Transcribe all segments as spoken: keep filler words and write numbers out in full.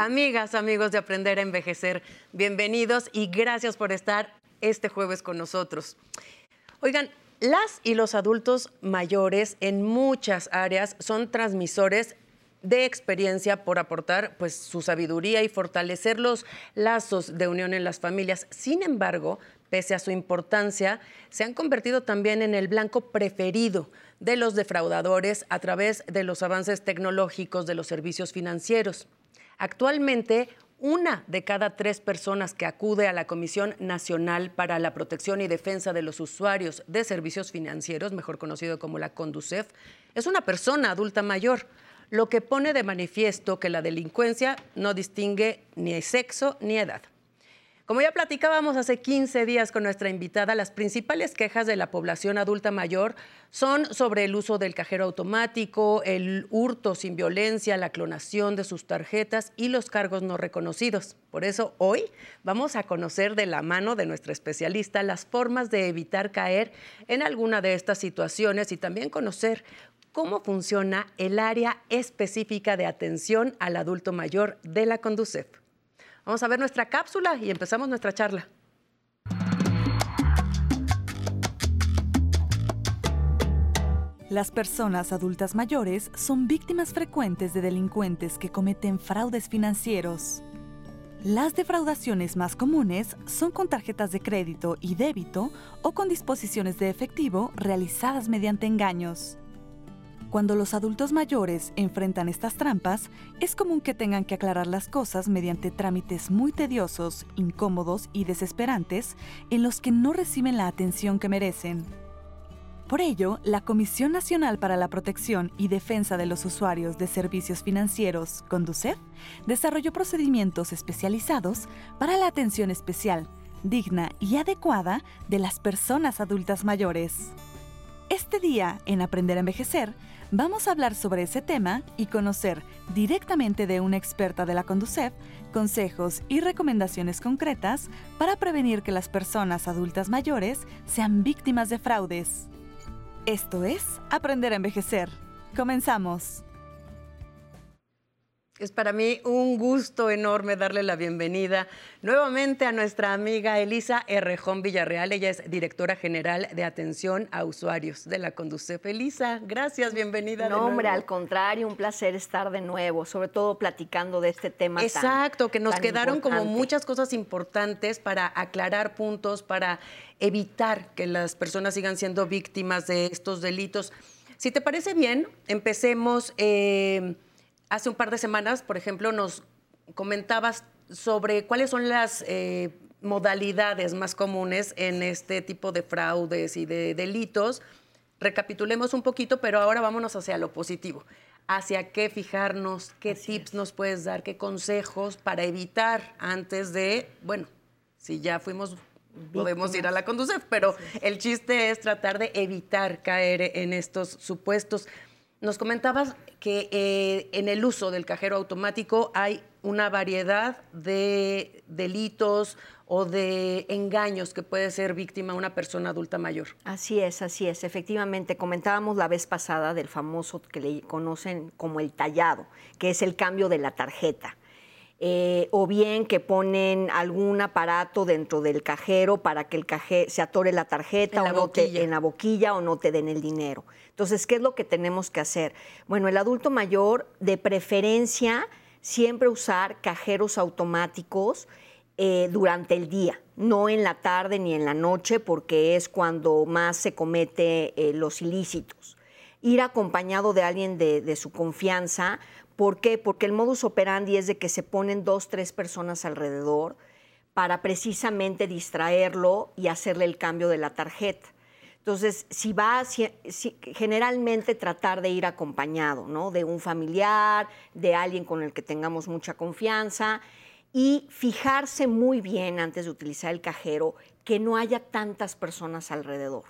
Amigas, amigos de Aprender a Envejecer, bienvenidos y gracias por estar este jueves con nosotros. Oigan, las y los adultos mayores en muchas áreas son transmisores de experiencia por aportar pues, su sabiduría y fortalecer los lazos de unión en las familias. Sin embargo, pese a su importancia, se han convertido también en el blanco preferido de los defraudadores a través de los avances tecnológicos de los servicios financieros. Actualmente, una de cada tres personas que acude a la Comisión Nacional para la Protección y Defensa de los Usuarios de Servicios Financieros, mejor conocido como la CONDUCEF, es una persona adulta mayor, lo que pone de manifiesto que la delincuencia no distingue ni sexo ni edad. Como ya platicábamos hace quince días con nuestra invitada, las principales quejas de la población adulta mayor son sobre el uso del cajero automático, el hurto sin violencia, la clonación de sus tarjetas y los cargos no reconocidos. Por eso hoy vamos a conocer de la mano de nuestra especialista las formas de evitar caer en alguna de estas situaciones y también conocer cómo funciona el área específica de atención al adulto mayor de la CONDUCEF. Vamos a ver nuestra cápsula y empezamos nuestra charla. Las personas adultas mayores son víctimas frecuentes de delincuentes que cometen fraudes financieros. Las defraudaciones más comunes son con tarjetas de crédito y débito o con disposiciones de efectivo realizadas mediante engaños. Cuando los adultos mayores enfrentan estas trampas, es común que tengan que aclarar las cosas mediante trámites muy tediosos, incómodos y desesperantes en los que no reciben la atención que merecen. Por ello, la Comisión Nacional para la Protección y Defensa de los Usuarios de Servicios Financieros, CONDUCEF, desarrolló procedimientos especializados para la atención especial, digna y adecuada de las personas adultas mayores. Este día, en Aprender a Envejecer, vamos a hablar sobre ese tema y conocer directamente de una experta de la CONDUCEF consejos y recomendaciones concretas para prevenir que las personas adultas mayores sean víctimas de fraudes. Esto es Aprender a Envejecer. Comenzamos. Es para mí un gusto enorme darle la bienvenida nuevamente a nuestra amiga Elisa Errejón Villarreal. Ella es directora general de atención a usuarios de la CONDUCEF. Elisa, gracias, bienvenida. No, hombre, al contrario, un placer estar de nuevo, sobre todo platicando de este tema. Exacto, tan, que nos tan quedaron importante. como muchas cosas importantes para aclarar puntos, para evitar que las personas sigan siendo víctimas de estos delitos. Si te parece bien, empecemos. Eh, Hace un par de semanas, por ejemplo, nos comentabas sobre cuáles son las eh, modalidades más comunes en este tipo de fraudes y de delitos. Recapitulemos un poquito, pero ahora vámonos hacia lo positivo. ¿Hacia qué fijarnos? ¿Qué Así tips es. nos puedes dar? ¿Qué consejos para evitar antes de, bueno, si ya fuimos, Víctimas. podemos ir a la CONDUCEF, pero el chiste es tratar de evitar caer en estos supuestos. Nos comentabas que eh, en el uso del cajero automático hay una variedad de delitos o de engaños que puede ser víctima una persona adulta mayor. Así es, así es. Efectivamente, comentábamos la vez pasada del famoso que le conocen como el tallado, que es el cambio de la tarjeta. Eh, o bien que ponen algún aparato dentro del cajero para que el cajero se atore la tarjeta en la, o no te, boquilla. en la boquilla o no te den el dinero. Entonces, ¿qué es lo que tenemos que hacer? Bueno, el adulto mayor, de preferencia, siempre usar cajeros automáticos eh, durante el día, no en la tarde ni en la noche, porque es cuando más se comete eh, los ilícitos. Ir acompañado de alguien de, de su confianza. ¿Por qué? Porque el modus operandi es de que se ponen dos, tres personas alrededor para precisamente distraerlo y hacerle el cambio de la tarjeta. Entonces, si va, si, si, generalmente tratar de ir acompañado, ¿no? De un familiar, de alguien con el que tengamos mucha confianza y fijarse muy bien antes de utilizar el cajero que no haya tantas personas alrededor.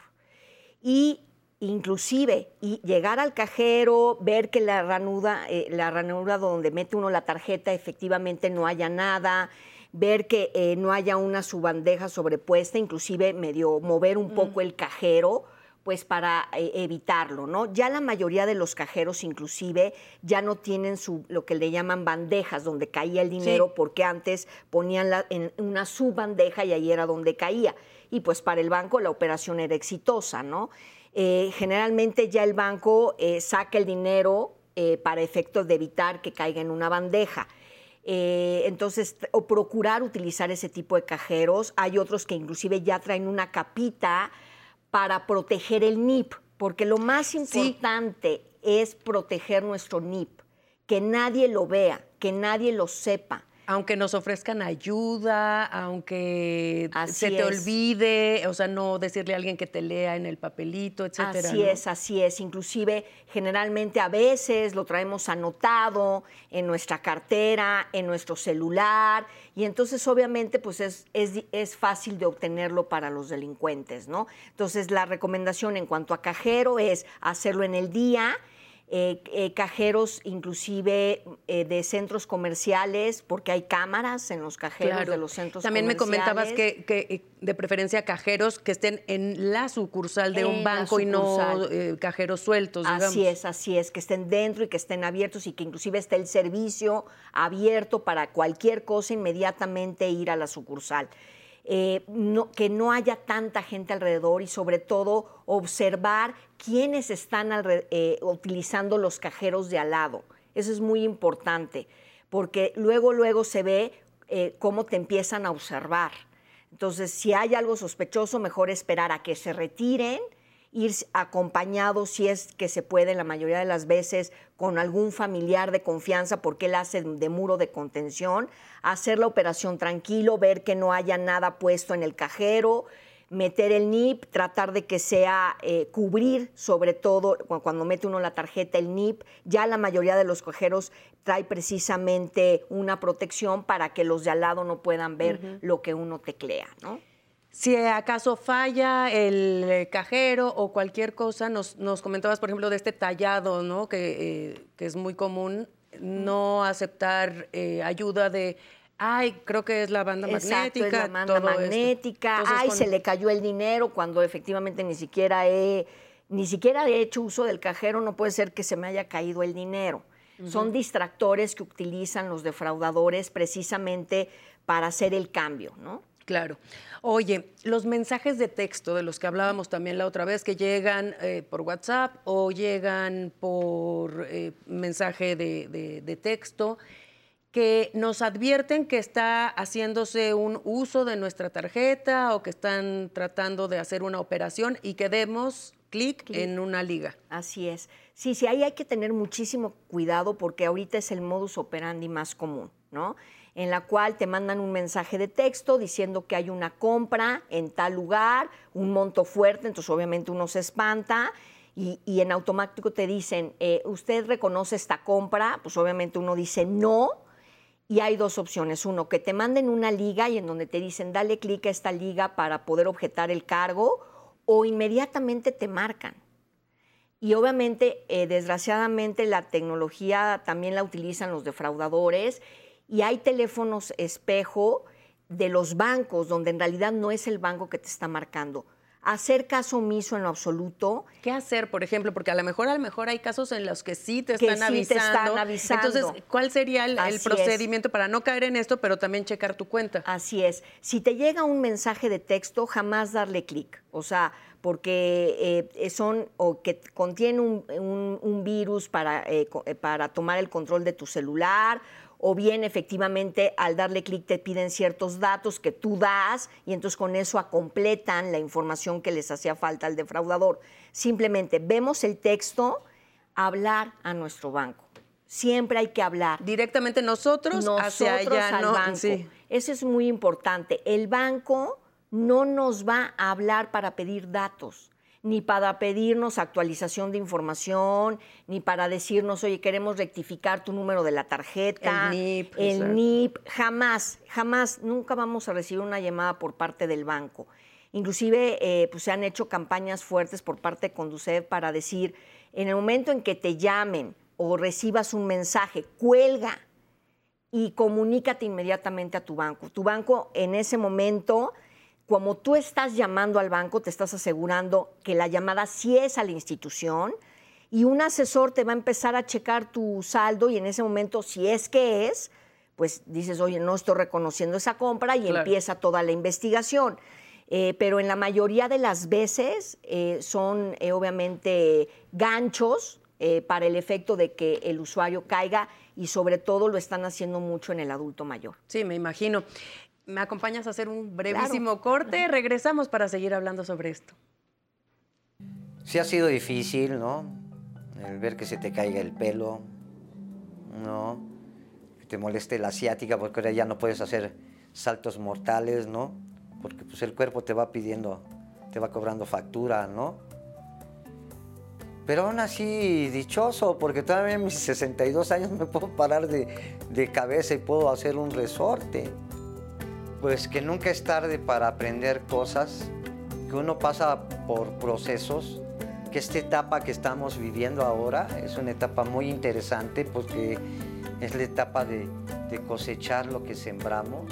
Y inclusive y llegar al cajero, ver que la ranura, eh, la ranura donde mete uno la tarjeta efectivamente no haya nada, ver que eh, no haya una subbandeja sobrepuesta, inclusive medio mover un poco mm. el cajero, pues para eh, evitarlo, ¿no? Ya la mayoría de los cajeros inclusive ya no tienen su, lo que le llaman bandejas donde caía el dinero, sí, porque antes ponían la, en una subbandeja y ahí era donde caía. Y pues para el banco la operación era exitosa, ¿no? Eh, generalmente ya el banco eh, saca el dinero eh, para efectos de evitar que caiga en una bandeja. Eh, entonces, o procurar utilizar ese tipo de cajeros. Hay otros que inclusive ya traen una capita para proteger el N I P, porque lo más importante, sí, es proteger nuestro N I P, que nadie lo vea, que nadie lo sepa. Aunque nos ofrezcan ayuda, aunque así se te es. olvide, o sea, no decirle a alguien que te lea en el papelito, etcétera. Así ¿no? es, así es. Inclusive, generalmente a veces lo traemos anotado en nuestra cartera, en nuestro celular, y entonces obviamente pues es, es, es fácil de obtenerlo para los delincuentes, ¿no? Entonces la recomendación en cuanto a cajero es hacerlo en el día. Eh, eh, cajeros inclusive eh, de centros comerciales, porque hay cámaras en los cajeros, claro, de los centros También comerciales. También me comentabas que, que de preferencia cajeros que estén en la sucursal de en un banco y no eh, cajeros sueltos, digamos. Así es, así es, que estén dentro y que estén abiertos y que inclusive esté el servicio abierto para cualquier cosa, inmediatamente ir a la sucursal. Eh, no, que no haya tanta gente alrededor y sobre todo observar quiénes están alred- eh, utilizando los cajeros de al lado. Eso es muy importante, porque luego, luego se ve eh, cómo te empiezan a observar. Entonces, si hay algo sospechoso, mejor esperar a que se retiren, ir acompañado, si es que se puede, la mayoría de las veces, con algún familiar de confianza, porque él hace de muro de contención, hacer la operación tranquilo, ver que no haya nada puesto en el cajero, meter el N I P, tratar de que sea, eh, cubrir sobre todo, cuando mete uno la tarjeta, el N I P, ya la mayoría de los cajeros trae precisamente una protección para que los de al lado no puedan ver uh-huh. lo que uno teclea, ¿no? Si acaso falla el cajero o cualquier cosa, nos, nos comentabas, por ejemplo, de este tallado, ¿no? Que, eh, que es muy común, no aceptar eh, ayuda de, ay, creo que es la banda Exacto, magnética. Es la banda todo magnética, Entonces, ay, con... se le cayó el dinero cuando efectivamente ni siquiera he, ni siquiera he hecho uso del cajero, no puede ser que se me haya caído el dinero. Uh-huh. Son distractores que utilizan los defraudadores precisamente para hacer el cambio, ¿no? Claro. Oye, los mensajes de texto de los que hablábamos también la otra vez, que llegan eh, por WhatsApp o llegan por eh, mensaje de, de, de texto, que nos advierten que está haciéndose un uso de nuestra tarjeta o que están tratando de hacer una operación y que demos clic en una liga. Así es. Sí, sí, ahí hay que tener muchísimo cuidado porque ahorita es el modus operandi más común, ¿no? En la cual te mandan un mensaje de texto diciendo que hay una compra en tal lugar, un monto fuerte, entonces obviamente uno se espanta y, y en automático te dicen, eh, ¿usted reconoce esta compra? Pues obviamente uno dice no y hay dos opciones. Uno, que te manden una liga y en donde te dicen dale clic a esta liga para poder objetar el cargo o inmediatamente te marcan. Y obviamente, eh, desgraciadamente, la tecnología también la utilizan los defraudadores. Y hay teléfonos espejo de los bancos, donde en realidad no es el banco que te está marcando. Hacer caso omiso en lo absoluto. ¿Qué hacer, por ejemplo? Porque a lo mejor, a lo mejor hay casos en los que sí te están, que sí avisando. te están avisando. Entonces, ¿cuál sería el, el procedimiento es. para no caer en esto, pero también checar tu cuenta? Así es. Si te llega un mensaje de texto, jamás darle clic. O sea, porque eh, son o que contiene un, un, un virus para, eh, para tomar el control de tu celular, o bien efectivamente al darle clic te piden ciertos datos que tú das y entonces con eso completan la información que les hacía falta al defraudador. Simplemente vemos el texto, hablar a nuestro banco. Siempre hay que hablar. Directamente nosotros, nosotros hacia allá, al no, banco. Sí. Eso es muy importante. El banco no nos va a hablar para pedir datos, ni para pedirnos actualización de información, ni para decirnos, oye, queremos rectificar tu número de la tarjeta. El N I P. El exacto. N I P, jamás, jamás, nunca vamos a recibir una llamada por parte del banco. Inclusive, eh, pues se han hecho campañas fuertes por parte de Conducef para decir, en el momento en que te llamen o recibas un mensaje, cuelga y comunícate inmediatamente a tu banco. Tu banco en ese momento como tú estás llamando al banco, te estás asegurando que la llamada sí es a la institución y un asesor te va a empezar a checar tu saldo y en ese momento, si es que es, pues dices, oye, no estoy reconociendo esa compra y claro. empieza toda la investigación. Eh, pero en la mayoría de las veces eh, son eh, obviamente ganchos eh, para el efecto de que el usuario caiga y sobre todo lo están haciendo mucho en el adulto mayor. Sí, me imagino. ¿Me acompañas a hacer un brevísimo Claro. corte? Regresamos para seguir hablando sobre esto. Sí ha sido difícil, ¿no? El ver que se te caiga el pelo, ¿no? Que te moleste la ciática porque ahora ya no puedes hacer saltos mortales, ¿no? Porque pues el cuerpo te va pidiendo, te va cobrando factura, ¿no? Pero aún así, dichoso, porque todavía en mis sesenta y dos años me puedo parar de, de cabeza y puedo hacer un resorte. Pues que nunca es tarde para aprender cosas, que uno pasa por procesos, que esta etapa que estamos viviendo ahora es una etapa muy interesante porque es la etapa de, de cosechar lo que sembramos,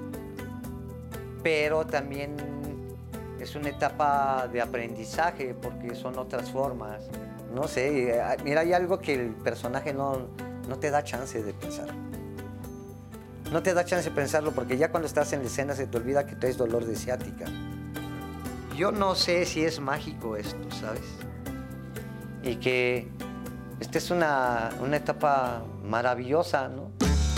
pero también es una etapa de aprendizaje porque son otras formas. No sé, mira, hay algo que el personaje no, no te da chance de pensar. No te da chance de pensarlo porque ya cuando estás en la escena se te olvida que traes dolor de ciática. Yo no sé si es mágico esto, ¿sabes? Y que esta es una, una etapa maravillosa, ¿no?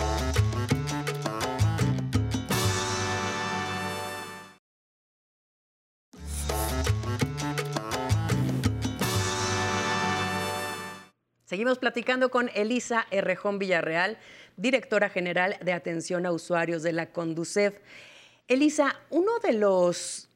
Seguimos platicando con Elisa Errejón Villarreal, directora general de atención a usuarios de la Conducef. Elisa, uno de los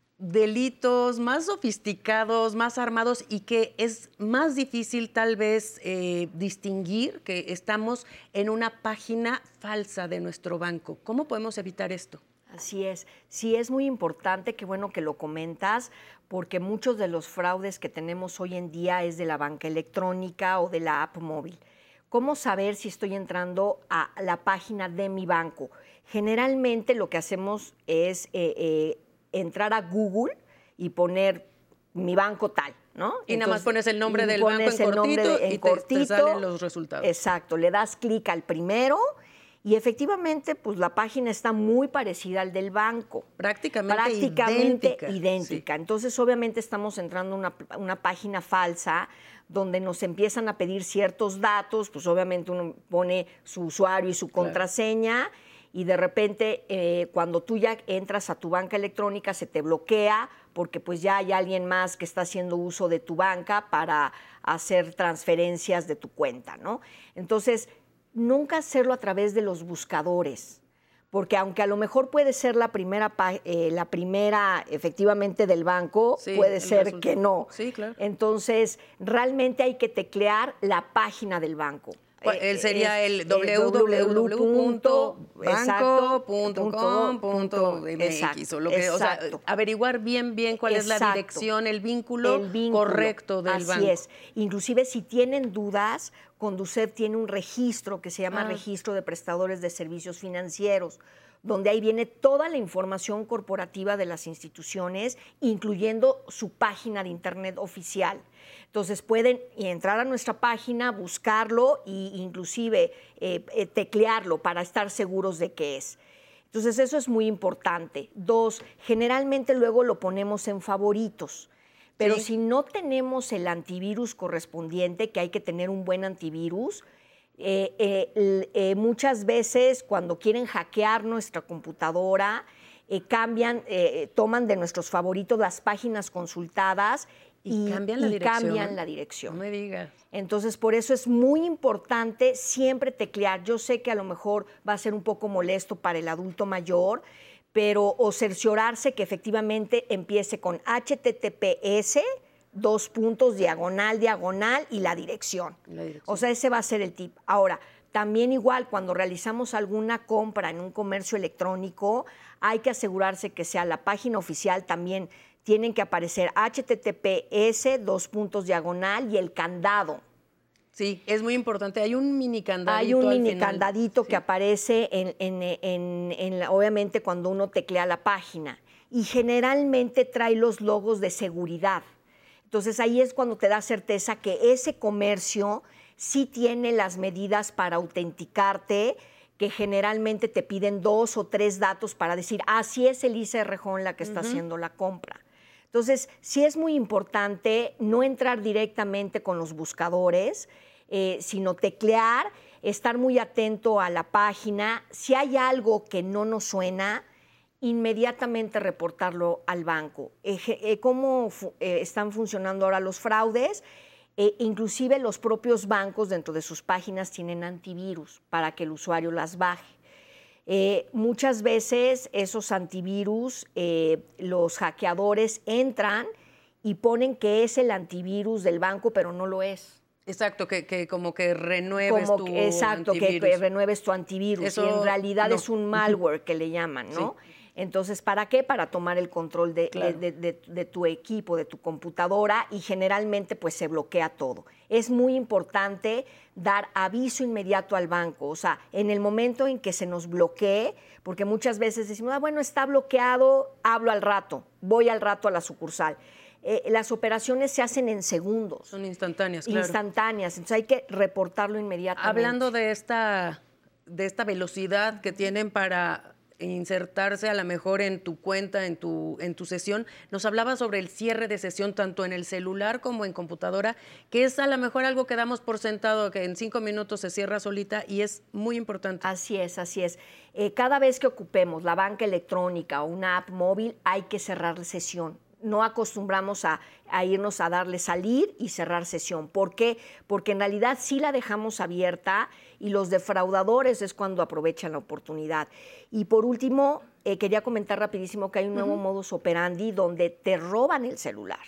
delitos más sofisticados, más armados y que es más difícil tal vez eh, distinguir que estamos en una página falsa de nuestro banco. ¿Cómo podemos evitar esto? Así es, sí es muy importante, qué bueno que lo comentas, porque muchos de los fraudes que tenemos hoy en día es de la banca electrónica o de la app móvil. ¿Cómo saber si estoy entrando a la página de mi banco? Generalmente lo que hacemos es eh, eh, entrar a Google y poner mi banco tal, ¿no? Y Entonces, nada más pones el nombre del banco en cortito de, en y te, cortito, te salen los resultados. Exacto, le das clic al primero. Y efectivamente, pues la página está muy parecida al del banco. Prácticamente, Prácticamente idéntica. idéntica. Sí. Entonces, obviamente, estamos entrando a una, una página falsa donde nos empiezan a pedir ciertos datos, pues obviamente uno pone su usuario y su contraseña, claro. Y de repente, eh, cuando tú ya entras a tu banca electrónica, se te bloquea porque pues ya hay alguien más que está haciendo uso de tu banca para hacer transferencias de tu cuenta, ¿no? Entonces, nunca hacerlo a través de los buscadores, porque aunque a lo mejor puede ser la primera, eh, la primera efectivamente del banco, sí, puede ser resultado. Que no. Sí, claro. Entonces, realmente hay que teclear la página del banco. Él sería el doble u doble u doble u punto banco punto com punto m x. O, lo que, o sea, averiguar bien, bien cuál exacto. es la dirección, el vínculo, el vínculo correcto del así banco. Así es. Inclusive, si tienen dudas, Conducef tiene un registro que se llama ah. Registro de Prestadores de Servicios Financieros, donde ahí viene toda la información corporativa de las instituciones, incluyendo su página de internet oficial. Entonces pueden entrar a nuestra página, buscarlo e inclusive eh, eh, teclearlo para estar seguros de qué es. Entonces eso es muy importante. Dos, generalmente luego lo ponemos en favoritos. Pero sí. si no tenemos el antivirus correspondiente, que hay que tener un buen antivirus, eh, eh, eh, muchas veces cuando quieren hackear nuestra computadora, eh, cambian, eh, toman de nuestros favoritos las páginas consultadas y, y, cambian, la y dirección. cambian la dirección. No me digas. Entonces, por eso es muy importante siempre teclear. Yo sé que a lo mejor va a ser un poco molesto para el adulto mayor, pero o cerciorarse que efectivamente empiece con H T T P S, dos puntos, diagonal, diagonal y la dirección. la dirección. O sea, ese va a ser el tip. Ahora, también igual cuando realizamos alguna compra en un comercio electrónico, hay que asegurarse que sea la página oficial, también tienen que aparecer H T T P S, dos puntos, diagonal y el candado. Sí, es muy importante. Hay un mini candadito. Hay un al mini final. candadito sí. que aparece, en, en, en, en la, obviamente, cuando uno teclea la página. y generalmente trae los logos de seguridad. Entonces ahí es cuando te da certeza que ese comercio sí tiene las medidas para autenticarte, que generalmente te piden dos o tres datos para decir, ah, sí es Elisa Errejón la que está uh-huh. haciendo la compra. Entonces, sí es muy importante no entrar directamente con los buscadores, eh, sino teclear, estar muy atento a la página. Si hay algo que no nos suena, inmediatamente reportarlo al banco. Eh, eh, ¿Cómo fu- eh, están funcionando ahora los fraudes? Eh, inclusive los propios bancos dentro de sus páginas tienen antivirus para que el usuario las baje. Eh, muchas veces esos antivirus, eh, los hackeadores entran y ponen que es el antivirus del banco, pero no lo es. Exacto, que, que como que renueves como tu que, exacto, antivirus. Que, que renueves tu antivirus. Eso, y en realidad no. es un malware que le llaman, ¿no? Sí. Entonces, ¿para qué? Para tomar el control de, claro. de, de, de, de tu equipo, de tu computadora, y generalmente pues se bloquea todo. Es muy importante dar aviso inmediato al banco, o sea, en el momento en que se nos bloquee, porque muchas veces decimos, ah, bueno, está bloqueado, hablo al rato, voy al rato a la sucursal. Eh, las operaciones se hacen en segundos. Son instantáneas, claro. Instantáneas, entonces hay que reportarlo inmediatamente. Hablando de esta, de esta velocidad que tienen para insertarse a lo mejor en tu cuenta, en tu, en tu sesión, nos hablaba sobre el cierre de sesión tanto en el celular como en computadora, que es a lo mejor algo que damos por sentado, que en cinco minutos se cierra solita y es muy importante. Así es, así es. Eh, cada vez que ocupemos la banca electrónica o una app móvil, hay que cerrar sesión. No acostumbramos a, a irnos a darle salir y cerrar sesión. ¿Por qué? Porque en realidad sí la dejamos abierta y los defraudadores es cuando aprovechan la oportunidad. Y por último, eh, quería comentar rapidísimo que hay un nuevo uh-huh. modus operandi donde te roban el celular.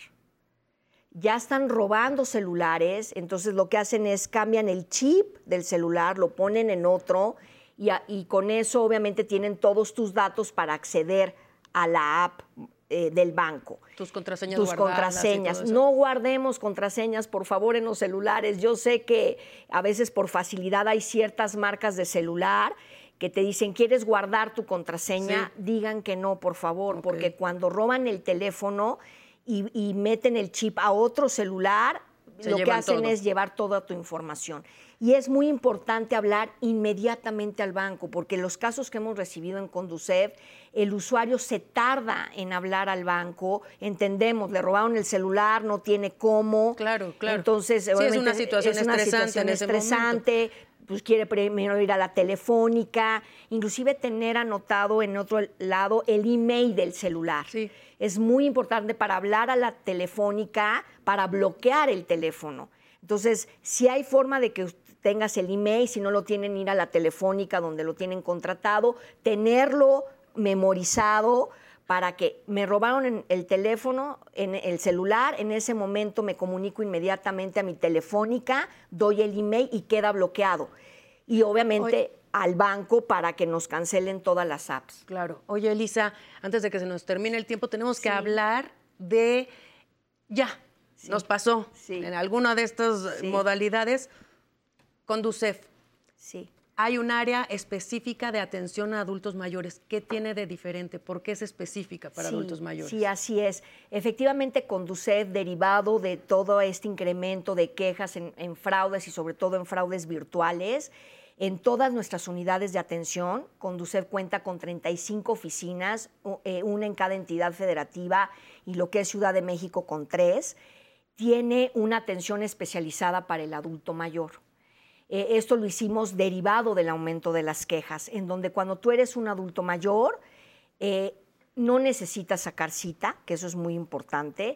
Ya están robando celulares, entonces lo que hacen es cambian el chip del celular, lo ponen en otro y, a, y con eso obviamente tienen todos tus datos para acceder a la app Eh, del banco. Tus contraseñas Tus contraseñas. No guardemos contraseñas, por favor, en los celulares. Yo sé que a veces por facilidad hay ciertas marcas de celular que te dicen, ¿quieres guardar tu contraseña? Sí. Digan que no, por favor, okay. porque cuando roban el teléfono y, y meten el chip a otro celular, Se lo que hacen todo. es llevar toda tu información. Y es muy importante hablar inmediatamente al banco, porque los casos que hemos recibido en Conducef, el usuario se tarda en hablar al banco, entendemos, le robaron el celular, no tiene cómo. Claro, claro. Entonces, sí, es una situación es una estresante situación en ese estresante, momento. Pues quiere primero ir a la telefónica, inclusive tener anotado en otro lado el email del celular. Sí. Es muy importante para hablar a la telefónica, para bloquear el teléfono. Entonces, si hay forma de que tengas el email, si no lo tienen, ir a la telefónica donde lo tienen contratado, tenerlo memorizado para que me robaron el teléfono, en el celular, en ese momento me comunico inmediatamente a mi telefónica, doy el email y queda bloqueado. Y obviamente Oye. al banco para que nos cancelen todas las apps. Claro. Oye, Elisa, antes de que se nos termine el tiempo, tenemos que sí. hablar de ya. Sí. Nos pasó sí. en alguna de estas sí. modalidades. Conducef. Sí. Hay un área específica de atención a adultos mayores. ¿Qué tiene de diferente? ¿Por qué es específica para sí, adultos mayores? Sí, así es. Efectivamente, Conducef, derivado de todo este incremento de quejas en, en fraudes y sobre todo en fraudes virtuales, en todas nuestras unidades de atención, Conducef cuenta con treinta y cinco oficinas, una en cada entidad federativa y lo que es Ciudad de México con tres. Tiene una atención especializada para el adulto mayor. Eh, esto lo hicimos derivado del aumento de las quejas, en donde cuando tú eres un adulto mayor, eh, no necesitas sacar cita, que eso es muy importante.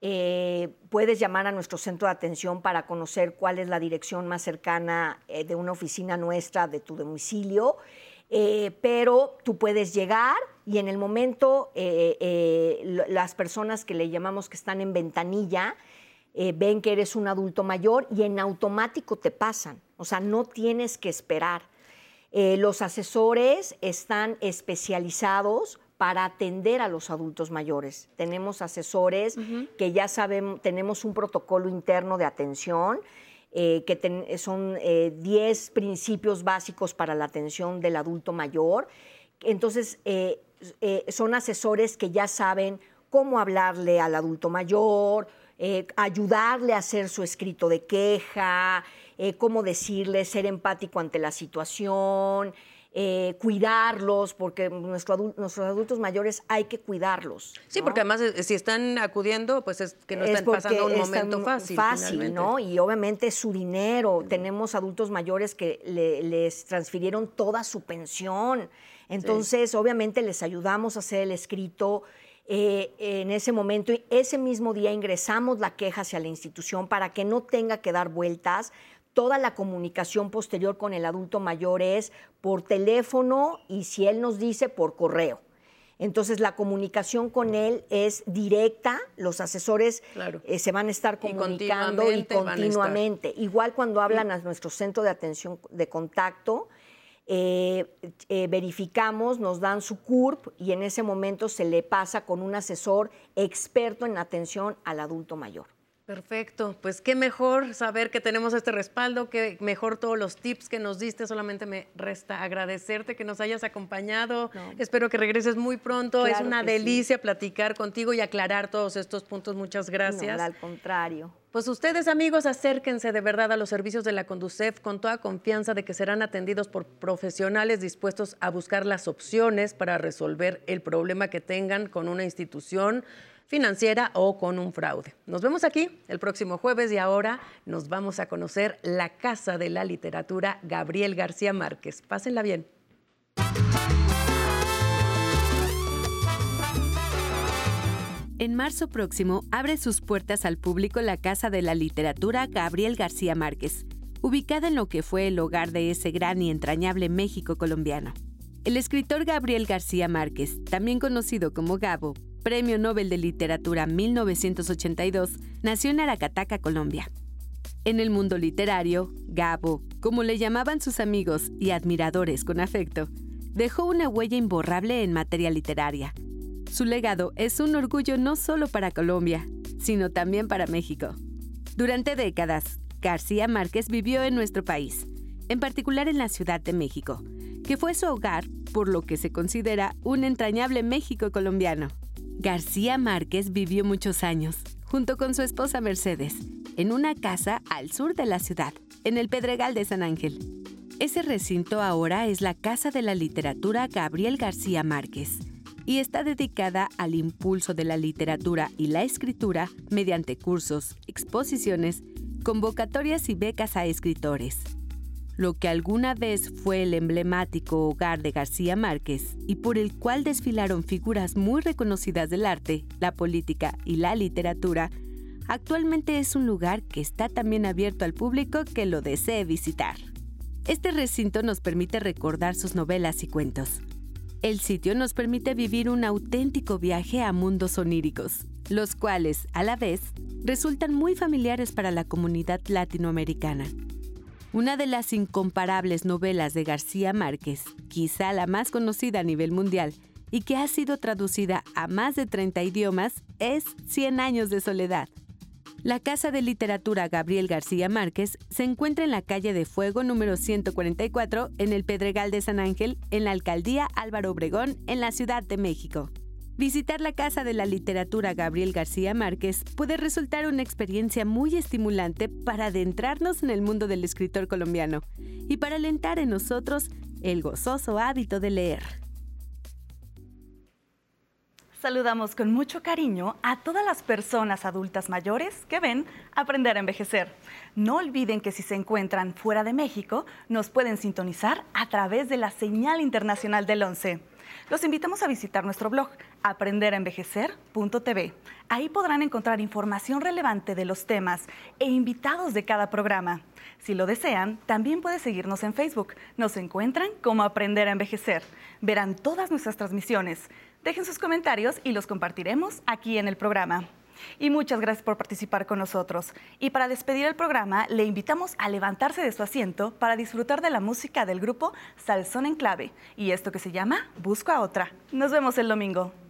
Eh, puedes llamar a nuestro centro de atención para conocer cuál es la dirección más cercana eh, de una oficina nuestra, de tu domicilio, eh, pero tú puedes llegar y en el momento eh, eh, las personas que le llamamos que están en ventanilla, Eh, ven que eres un adulto mayor y en automático te pasan, o sea, no tienes que esperar. Eh, los asesores están especializados para atender a los adultos mayores. Tenemos asesores uh-huh. que ya sabemos, tenemos un protocolo interno de atención, eh, que ten, son eh, diez principios básicos para la atención del adulto mayor, Entonces, eh, eh, son asesores que ya saben cómo hablarle al adulto mayor, eh, ayudarle a hacer su escrito de queja, eh, cómo decirle, ser empático ante la situación, eh, cuidarlos, porque nuestro adul- nuestros adultos mayores hay que cuidarlos. Sí, ¿no? porque además eh, si están acudiendo, pues es que no Es están porque pasando un están momento fácil. Fácil, finalmente. ¿no? Y obviamente es su dinero. Tenemos adultos mayores que le- les transfirieron toda su pensión. Entonces, sí. obviamente les ayudamos a hacer el escrito. Eh, en ese momento, ese mismo día ingresamos la queja hacia la institución para que no tenga que dar vueltas. Toda la comunicación posterior con el adulto mayor es por teléfono y, si él nos dice, por correo. Entonces, la comunicación con él es directa, los asesores claro. eh, se van a estar comunicando y continuamente. Y continuamente. Igual cuando hablan a nuestro centro de atención de contacto, eh, eh, verificamos, nos dan su C U R P y en ese momento se le pasa con un asesor experto en atención al adulto mayor. Perfecto, pues qué mejor saber que tenemos este respaldo, qué mejor todos los tips que nos diste. Solamente me resta agradecerte que nos hayas acompañado. No. Espero que regreses muy pronto. Claro, es una delicia sí. platicar contigo y aclarar todos estos puntos. Muchas gracias. No, al contrario. Pues ustedes, amigos, acérquense de verdad a los servicios de la Conducef con toda confianza de que serán atendidos por profesionales dispuestos a buscar las opciones para resolver el problema que tengan con una institución financiera o con un fraude. Nos vemos aquí el próximo jueves y ahora nos vamos a conocer la Casa de la Literatura Gabriel García Márquez. Pásenla bien. En marzo próximo abre sus puertas al público la Casa de la Literatura Gabriel García Márquez, ubicada en lo que fue el hogar de ese gran y entrañable México colombiano. El escritor Gabriel García Márquez, también conocido como Gabo, Premio Nobel de Literatura mil novecientos ochenta y dos, nació en Aracataca, Colombia. En el mundo literario, Gabo, como le llamaban sus amigos y admiradores con afecto, dejó una huella imborrable en materia literaria. Su legado es un orgullo no solo para Colombia, sino también para México. Durante décadas, García Márquez vivió en nuestro país, en particular en la Ciudad de México, que fue su hogar, por lo que se considera un entrañable México colombiano. García Márquez vivió muchos años, junto con su esposa Mercedes, en una casa al sur de la ciudad, en el Pedregal de San Ángel. Ese recinto ahora es la Casa de la Literatura Gabriel García Márquez y está dedicada al impulso de la literatura y la escritura mediante cursos, exposiciones, convocatorias y becas a escritores. Lo que alguna vez fue el emblemático hogar de García Márquez y por el cual desfilaron figuras muy reconocidas del arte, la política y la literatura, actualmente es un lugar que está también abierto al público que lo desee visitar. Este recinto nos permite recordar sus novelas y cuentos. El sitio nos permite vivir un auténtico viaje a mundos oníricos, los cuales, a la vez, resultan muy familiares para la comunidad latinoamericana. Una de las incomparables novelas de García Márquez, quizá la más conocida a nivel mundial y que ha sido traducida a más de treinta idiomas, es Cien años de soledad. La Casa de Literatura Gabriel García Márquez se encuentra en la calle de Fuego número ciento cuarenta y cuatro, en el Pedregal de San Ángel, en la alcaldía Álvaro Obregón, en la Ciudad de México. Visitar la Casa de la Literatura Gabriel García Márquez puede resultar una experiencia muy estimulante para adentrarnos en el mundo del escritor colombiano y para alentar en nosotros el gozoso hábito de leer. Saludamos con mucho cariño a todas las personas adultas mayores que ven Aprender a Envejecer. No olviden que si se encuentran fuera de México, nos pueden sintonizar a través de la señal internacional del once. Los invitamos a visitar nuestro blog, aprender a envejecer punto t v. Ahí podrán encontrar información relevante de los temas e invitados de cada programa. Si lo desean, también pueden seguirnos en Facebook. Nos encuentran como Aprender a Envejecer. Verán todas nuestras transmisiones. Dejen sus comentarios y los compartiremos aquí en el programa. Y muchas gracias por participar con nosotros. Y para despedir el programa, le invitamos a levantarse de su asiento para disfrutar de la música del grupo Salsón en Clave y esto que se llama Busco a Otra. Nos vemos el domingo.